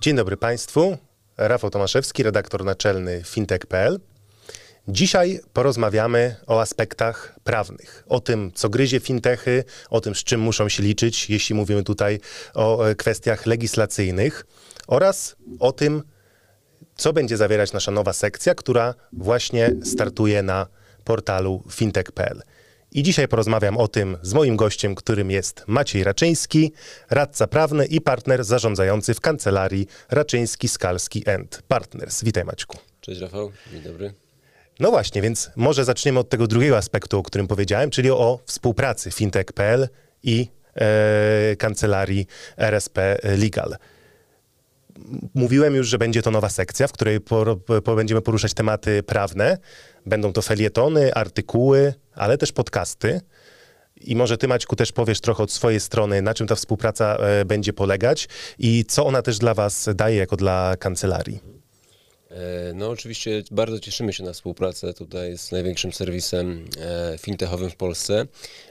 Dzień dobry Państwu. Rafał Tomaszewski, redaktor naczelny fintech.pl. Dzisiaj porozmawiamy o aspektach prawnych, o tym, co gryzie fintechy, o tym, z czym muszą się liczyć, jeśli mówimy tutaj o kwestiach legislacyjnych, oraz o tym, co będzie zawierać nasza nowa sekcja, która właśnie startuje na portalu fintech.pl. I dzisiaj porozmawiam o tym z moim gościem, którym jest Maciej Raczyński, radca prawny i partner zarządzający w kancelarii Raczyński, Skalski & Partners. Witaj, Maćku. Cześć, Rafał. Dzień dobry. No właśnie, więc może zaczniemy od tego drugiego aspektu, o którym powiedziałem, czyli o współpracy fintech.pl i kancelarii RSP Legal. Mówiłem już, że będzie to nowa sekcja, w której będziemy poruszać tematy prawne. Będą to felietony, artykuły, ale też podcasty. I może ty, Maćku, też powiesz trochę od swojej strony, na czym ta współpraca będzie polegać i co ona też dla was daje jako dla kancelarii. No oczywiście bardzo cieszymy się na współpracę tutaj z największym serwisem fintechowym w Polsce.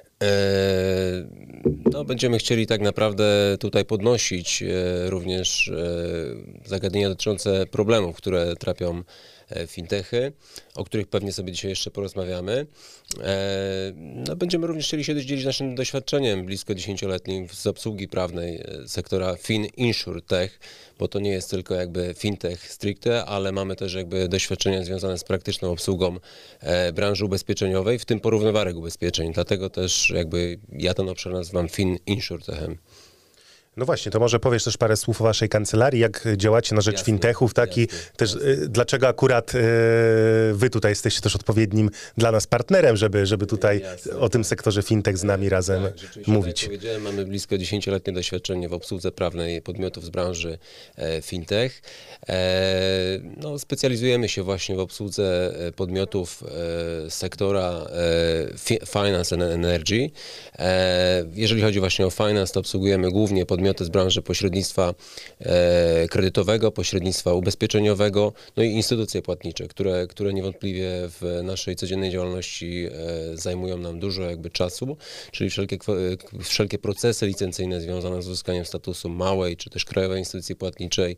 No, będziemy chcieli tak naprawdę tutaj podnosić również zagadnienia dotyczące problemów, które trapią fintechy, o których pewnie sobie dzisiaj jeszcze porozmawiamy. No, będziemy również chcieli się dzielić naszym doświadczeniem blisko 10-letnim z obsługi prawnej sektora FinInsurTech, bo to nie jest tylko jakby fintech stricte, ale mamy też jakby doświadczenia związane z praktyczną obsługą branży ubezpieczeniowej, w tym porównywarek ubezpieczeń. Dlatego też jakby ja ten obszar nazywam FinInsurTechem. No właśnie, to może powiesz też parę słów o waszej kancelarii, jak działacie na rzecz fintechów, też dlaczego akurat wy tutaj jesteście też odpowiednim dla nas partnerem, żeby tutaj o tym sektorze fintech z nami razem mówić. Tak jak powiedziałem, mamy blisko 10-letnie doświadczenie w obsłudze prawnej podmiotów z branży fintech. No, specjalizujemy się właśnie w obsłudze podmiotów sektora Finance and Energy. Jeżeli chodzi właśnie o finance, to obsługujemy głównie podmioty z branży pośrednictwa kredytowego, pośrednictwa ubezpieczeniowego, no i instytucje płatnicze, które niewątpliwie w naszej codziennej działalności zajmują nam dużo jakby czasu, czyli wszelkie procesy licencyjne związane z uzyskaniem statusu małej czy też krajowej instytucji płatniczej,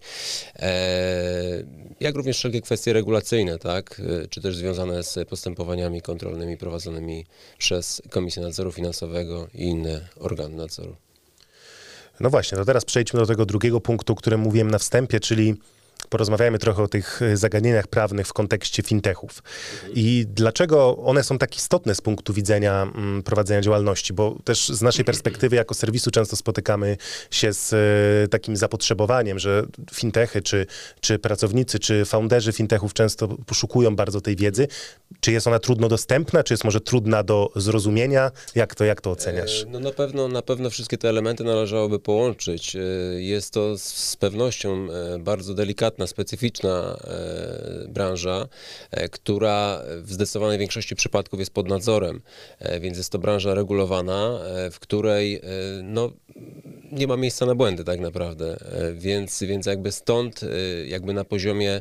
jak również wszelkie kwestie regulacyjne, tak, czy też związane z postępowaniami kontrolnymi prowadzonymi przez Komisję Nadzoru Finansowego i inne organy nadzoru. No właśnie, to teraz przejdźmy do tego drugiego punktu, o którym mówiłem na wstępie, czyli porozmawiajmy trochę o tych zagadnieniach prawnych w kontekście fintechów. I dlaczego one są tak istotne z punktu widzenia prowadzenia działalności, bo też z naszej perspektywy jako serwisu często spotykamy się z takim zapotrzebowaniem, że fintechy, czy pracownicy, czy founderzy fintechów często poszukują bardzo tej wiedzy. Czy jest ona trudno dostępna, czy jest może trudna do zrozumienia? Jak to oceniasz? No na pewno wszystkie te elementy należałoby połączyć. Jest to z pewnością bardzo delikatna, specyficzna branża, która w zdecydowanej większości przypadków jest pod nadzorem, więc jest to branża regulowana, w której no, nie ma miejsca na błędy tak naprawdę, więc jakby stąd jakby na poziomie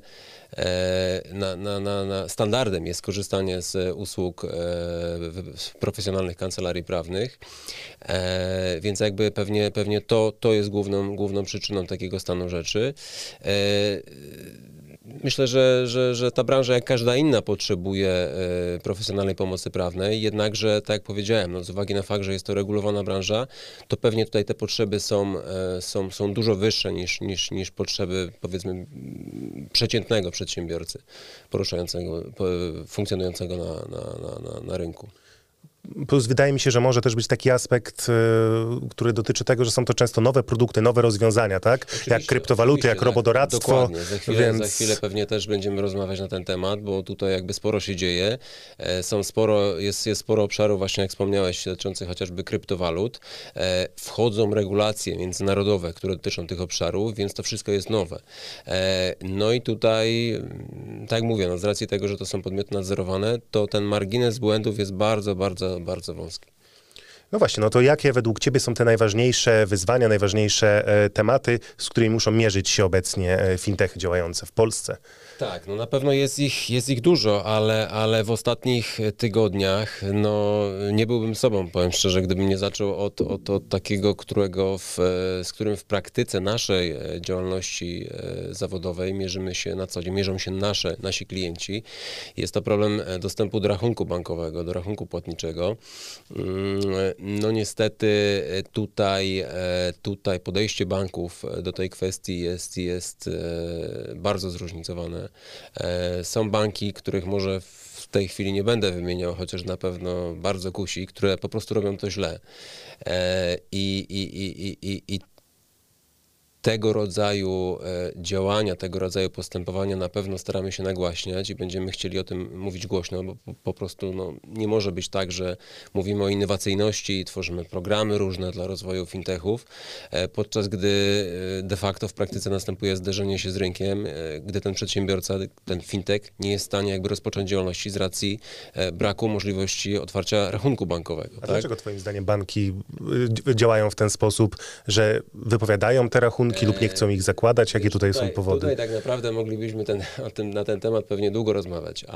standardem jest korzystanie z usług profesjonalnych kancelarii prawnych, więc jakby pewnie to jest główną przyczyną takiego stanu rzeczy. Myślę, że ta branża, jak każda inna, potrzebuje profesjonalnej pomocy prawnej, jednakże, tak jak powiedziałem, no, z uwagi na fakt, że jest to regulowana branża, to pewnie tutaj te potrzeby są dużo wyższe niż potrzeby, powiedzmy, przeciętnego przedsiębiorcy funkcjonującego na rynku. Plus wydaje mi się, że może też być taki aspekt, który dotyczy tego, że są to często nowe produkty, nowe rozwiązania, tak? Jak kryptowaluty, jak robodoradztwo. Dokładnie. Za chwilę pewnie też będziemy rozmawiać na ten temat, bo tutaj jakby sporo się dzieje. Jest sporo obszarów, właśnie jak wspomniałeś, dotyczących chociażby kryptowalut. Wchodzą regulacje międzynarodowe, które dotyczą tych obszarów, więc to wszystko jest nowe. No i tutaj, tak jak mówię, no z racji tego, że to są podmioty nadzorowane, to ten margines błędów jest bardzo wąski. No właśnie, no to jakie według ciebie są te najważniejsze wyzwania, najważniejsze tematy, z którymi muszą mierzyć się obecnie fintechy działające w Polsce? Tak, no na pewno jest ich dużo, ale w ostatnich tygodniach no, nie byłbym sobą, powiem szczerze, gdybym nie zaczął od takiego, z którym w praktyce naszej działalności zawodowej mierzymy się na co dzień, mierzą się nasi klienci. Jest to problem dostępu do rachunku bankowego, do rachunku płatniczego. No niestety tutaj podejście banków do tej kwestii jest bardzo zróżnicowane. Są banki, których może w tej chwili nie będę wymieniał, chociaż na pewno bardzo kusi, które po prostu robią to źle. I tego rodzaju działania, tego rodzaju postępowania na pewno staramy się nagłaśniać i będziemy chcieli o tym mówić głośno, bo po prostu no, nie może być tak, że mówimy o innowacyjności i tworzymy programy różne dla rozwoju fintechów, podczas gdy de facto w praktyce następuje zderzenie się z rynkiem, gdy ten przedsiębiorca, ten fintech nie jest w stanie jakby rozpocząć działalności z racji braku możliwości otwarcia rachunku bankowego. A dlaczego twoim zdaniem banki działają w ten sposób, że wypowiadają te rachunki lub nie chcą ich zakładać? Jakie tutaj są powody? Tutaj tak naprawdę moglibyśmy na ten temat pewnie długo rozmawiać,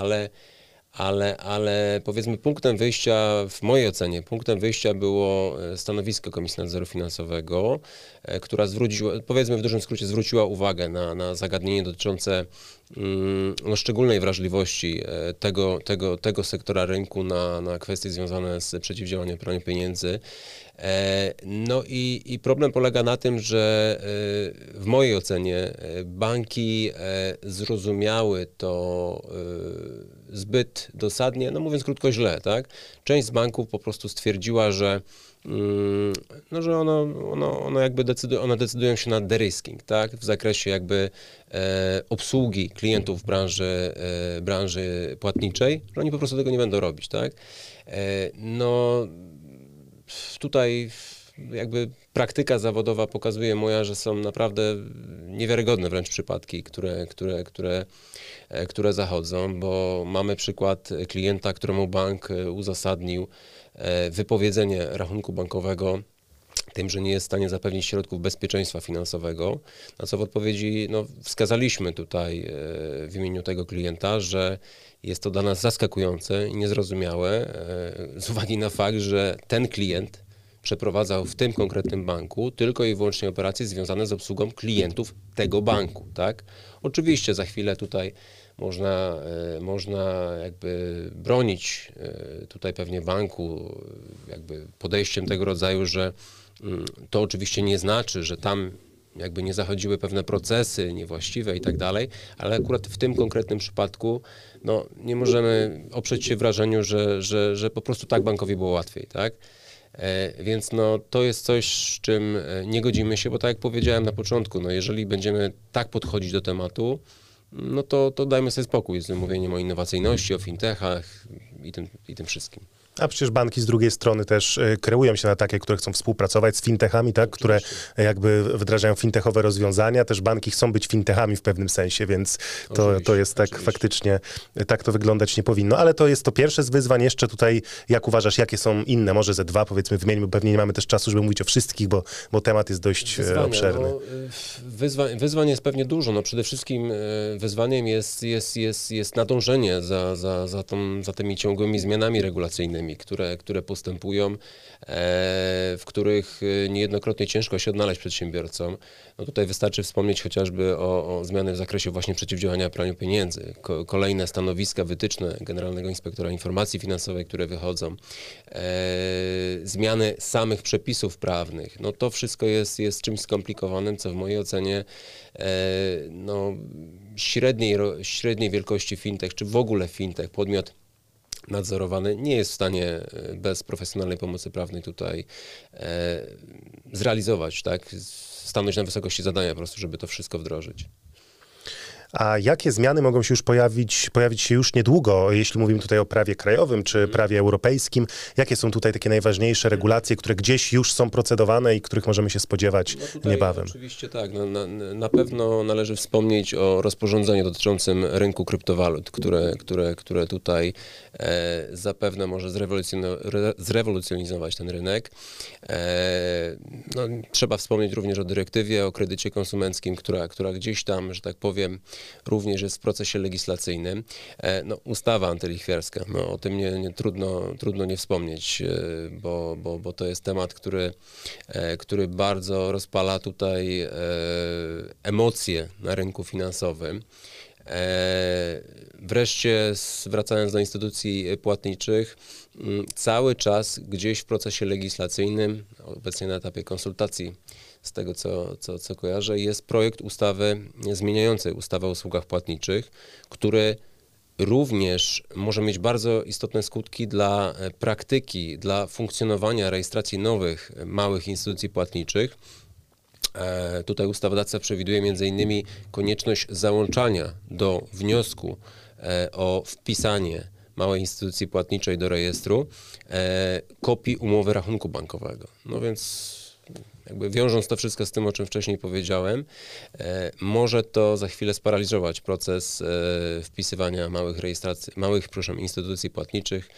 ale powiedzmy punktem wyjścia, w mojej ocenie, punktem wyjścia było stanowisko Komisji Nadzoru Finansowego, która powiedzmy w dużym skrócie zwróciła uwagę na zagadnienie dotyczące no, szczególnej wrażliwości tego sektora rynku na kwestie związane z przeciwdziałaniem praniu pieniędzy. No i problem polega na tym, że w mojej ocenie banki zrozumiały to zbyt dosadnie, no mówiąc krótko, źle, tak? Część z banków po prostu stwierdziła, że no, że one decydują się na derisking, tak? W zakresie jakby obsługi klientów w branży płatniczej, że oni po prostu tego nie będą robić, tak? No tutaj jakby praktyka zawodowa pokazuje moja, że są naprawdę niewiarygodne wręcz przypadki, które zachodzą, bo mamy przykład klienta, któremu bank uzasadnił wypowiedzenie rachunku bankowego tym, że nie jest w stanie zapewnić środków bezpieczeństwa finansowego, na co w odpowiedzi no, wskazaliśmy tutaj w imieniu tego klienta, że jest to dla nas zaskakujące i niezrozumiałe z uwagi na fakt, że ten klient przeprowadzał w tym konkretnym banku tylko i wyłącznie operacje związane z obsługą klientów tego banku, tak? Oczywiście za chwilę tutaj można jakby bronić tutaj pewnie banku jakby podejściem tego rodzaju, że to oczywiście nie znaczy, że tam jakby nie zachodziły pewne procesy niewłaściwe i tak dalej, ale akurat w tym konkretnym przypadku no, nie możemy oprzeć się wrażeniu, że po prostu tak bankowi było łatwiej, tak? Więc no, to jest coś, z czym nie godzimy się, bo tak jak powiedziałem na początku, no, jeżeli będziemy tak podchodzić do tematu, no to dajmy sobie spokój z mówieniem o innowacyjności, o fintechach i tym wszystkim. A przecież banki z drugiej strony też kreują się na takie, które chcą współpracować z fintechami, tak, które jakby wdrażają fintechowe rozwiązania. Też banki chcą być fintechami w pewnym sensie, więc to jest tak faktycznie, tak to wyglądać nie powinno. Ale to jest to pierwsze z wyzwań. Jeszcze tutaj, jak uważasz, jakie są inne? Może ze dwa, powiedzmy, wymienimy, bo pewnie nie mamy też czasu, żeby mówić o wszystkich, bo temat jest dość obszerny. No, wyzwań jest pewnie dużo. No, przede wszystkim wyzwaniem jest nadążenie za tymi ciągłymi zmianami regulacyjnymi, które postępują, w których niejednokrotnie ciężko się odnaleźć przedsiębiorcom. No tutaj wystarczy wspomnieć chociażby o zmiany w zakresie właśnie przeciwdziałania praniu pieniędzy, kolejne stanowiska, wytyczne Generalnego Inspektora Informacji Finansowej, które wychodzą, zmiany samych przepisów prawnych. No to wszystko jest czymś skomplikowanym, co w mojej ocenie no, średniej wielkości fintech, czy w ogóle fintech, podmiot nadzorowany nie jest w stanie bez profesjonalnej pomocy prawnej tutaj zrealizować, tak? Stanąć na wysokości zadania po prostu, żeby to wszystko wdrożyć. A jakie zmiany mogą się już pojawić się już niedługo, jeśli mówimy tutaj o prawie krajowym czy prawie europejskim? Jakie są tutaj takie najważniejsze regulacje, które gdzieś już są procedowane i których możemy się spodziewać niebawem? Oczywiście tak. Na pewno należy wspomnieć o rozporządzeniu dotyczącym rynku kryptowalut, które tutaj zapewne może zrewolucjonizować ten rynek. No, trzeba wspomnieć również o dyrektywie o kredycie konsumenckim, która gdzieś tam, że tak powiem, również jest w procesie legislacyjnym. No, ustawa antylichwiarska, no, o tym trudno nie wspomnieć, bo to jest temat, który bardzo rozpala tutaj emocje na rynku finansowym. Wreszcie, wracając do instytucji płatniczych, cały czas gdzieś w procesie legislacyjnym, obecnie na etapie konsultacji, z tego co kojarzę, jest projekt ustawy zmieniającej ustawę o usługach płatniczych, który również może mieć bardzo istotne skutki dla praktyki, dla funkcjonowania rejestracji nowych, małych instytucji płatniczych. Tutaj ustawodawca przewiduje m.in. konieczność załączania do wniosku o wpisanie małej instytucji płatniczej do rejestru kopii umowy rachunku bankowego. No więc jakby wiążąc to wszystko z tym, o czym wcześniej powiedziałem, może to za chwilę sparaliżować proces wpisywania małych instytucji płatniczych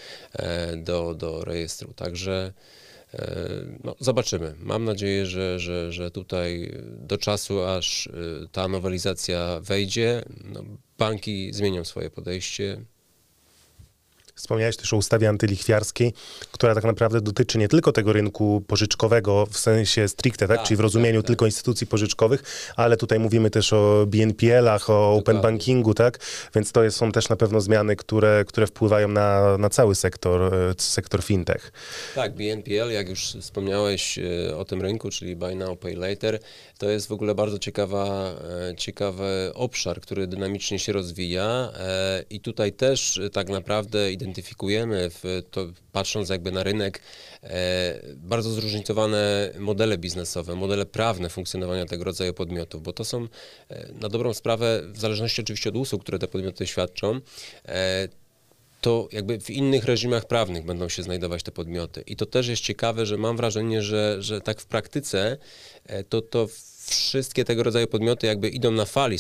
do rejestru. Także no, zobaczymy. Mam nadzieję, że tutaj do czasu, aż ta nowelizacja wejdzie, no, banki zmienią swoje podejście. Wspomniałeś też o ustawie antylichwiarskiej, która tak naprawdę dotyczy nie tylko tego rynku pożyczkowego w sensie stricte, tak? Czyli w rozumieniu tylko instytucji pożyczkowych, ale tutaj mówimy też o BNPL-ach, o open bankingu, tak? Więc to są też na pewno zmiany, które wpływają na cały sektor fintech. Tak, BNPL, jak już wspomniałeś o tym rynku, czyli Buy Now, Pay Later, to jest w ogóle bardzo ciekawy obszar, który dynamicznie się rozwija i tutaj też tak naprawdę identyfikujemy, patrząc jakby na rynek, bardzo zróżnicowane modele biznesowe, modele prawne funkcjonowania tego rodzaju podmiotów, bo to są na dobrą sprawę, w zależności oczywiście od usług, które te podmioty świadczą, to jakby w innych reżimach prawnych będą się znajdować te podmioty. I to też jest ciekawe, że mam wrażenie, że tak w praktyce to wszystkie tego rodzaju podmioty jakby idą na fali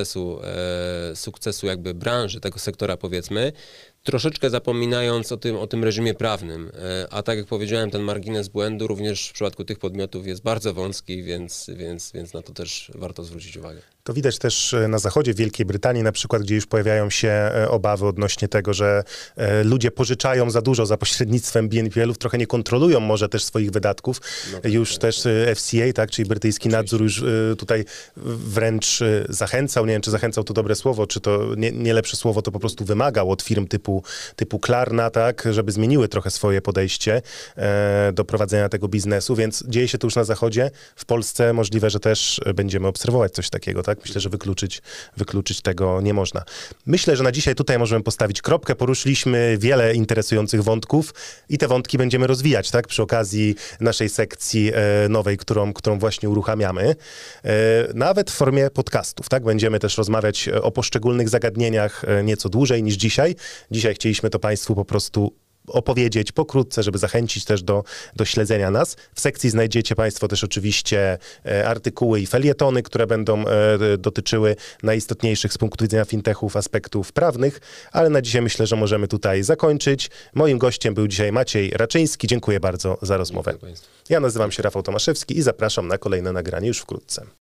sukcesu jakby branży, tego sektora powiedzmy, troszeczkę zapominając o tym reżimie prawnym. A tak jak powiedziałem, ten margines błędu również w przypadku tych podmiotów jest bardzo wąski, więc na to też warto zwrócić uwagę. To widać też na zachodzie, w Wielkiej Brytanii na przykład, gdzie już pojawiają się obawy odnośnie tego, że ludzie pożyczają za dużo za pośrednictwem BNPL-ów, trochę nie kontrolują może też swoich wydatków. No tak, już tak, też FCA, tak, czyli brytyjski nadzór już tutaj wręcz zachęcał, nie wiem, czy zachęcał to dobre słowo, czy to nie lepsze słowo, to po prostu wymagał od firm typu Klarna, tak, żeby zmieniły trochę swoje podejście do prowadzenia tego biznesu, więc dzieje się to już na zachodzie. W Polsce możliwe, że też będziemy obserwować coś takiego, tak? Myślę, że wykluczyć tego nie można. Myślę, że na dzisiaj tutaj możemy postawić kropkę. Poruszyliśmy wiele interesujących wątków i te wątki będziemy rozwijać, tak? Przy okazji naszej sekcji nowej, którą właśnie uruchamiamy. Nawet w formie podcastów, tak? Będziemy też rozmawiać o poszczególnych zagadnieniach nieco dłużej niż dzisiaj. Dzisiaj chcieliśmy to Państwu po prostu opowiedzieć pokrótce, żeby zachęcić też do śledzenia nas. W sekcji znajdziecie Państwo też oczywiście artykuły i felietony, które będą dotyczyły najistotniejszych z punktu widzenia fintechów aspektów prawnych, ale na dzisiaj myślę, że możemy tutaj zakończyć. Moim gościem był dzisiaj Maciej Raczyński. Dziękuję bardzo za rozmowę. Ja nazywam się Rafał Tomaszewski i zapraszam na kolejne nagranie już wkrótce.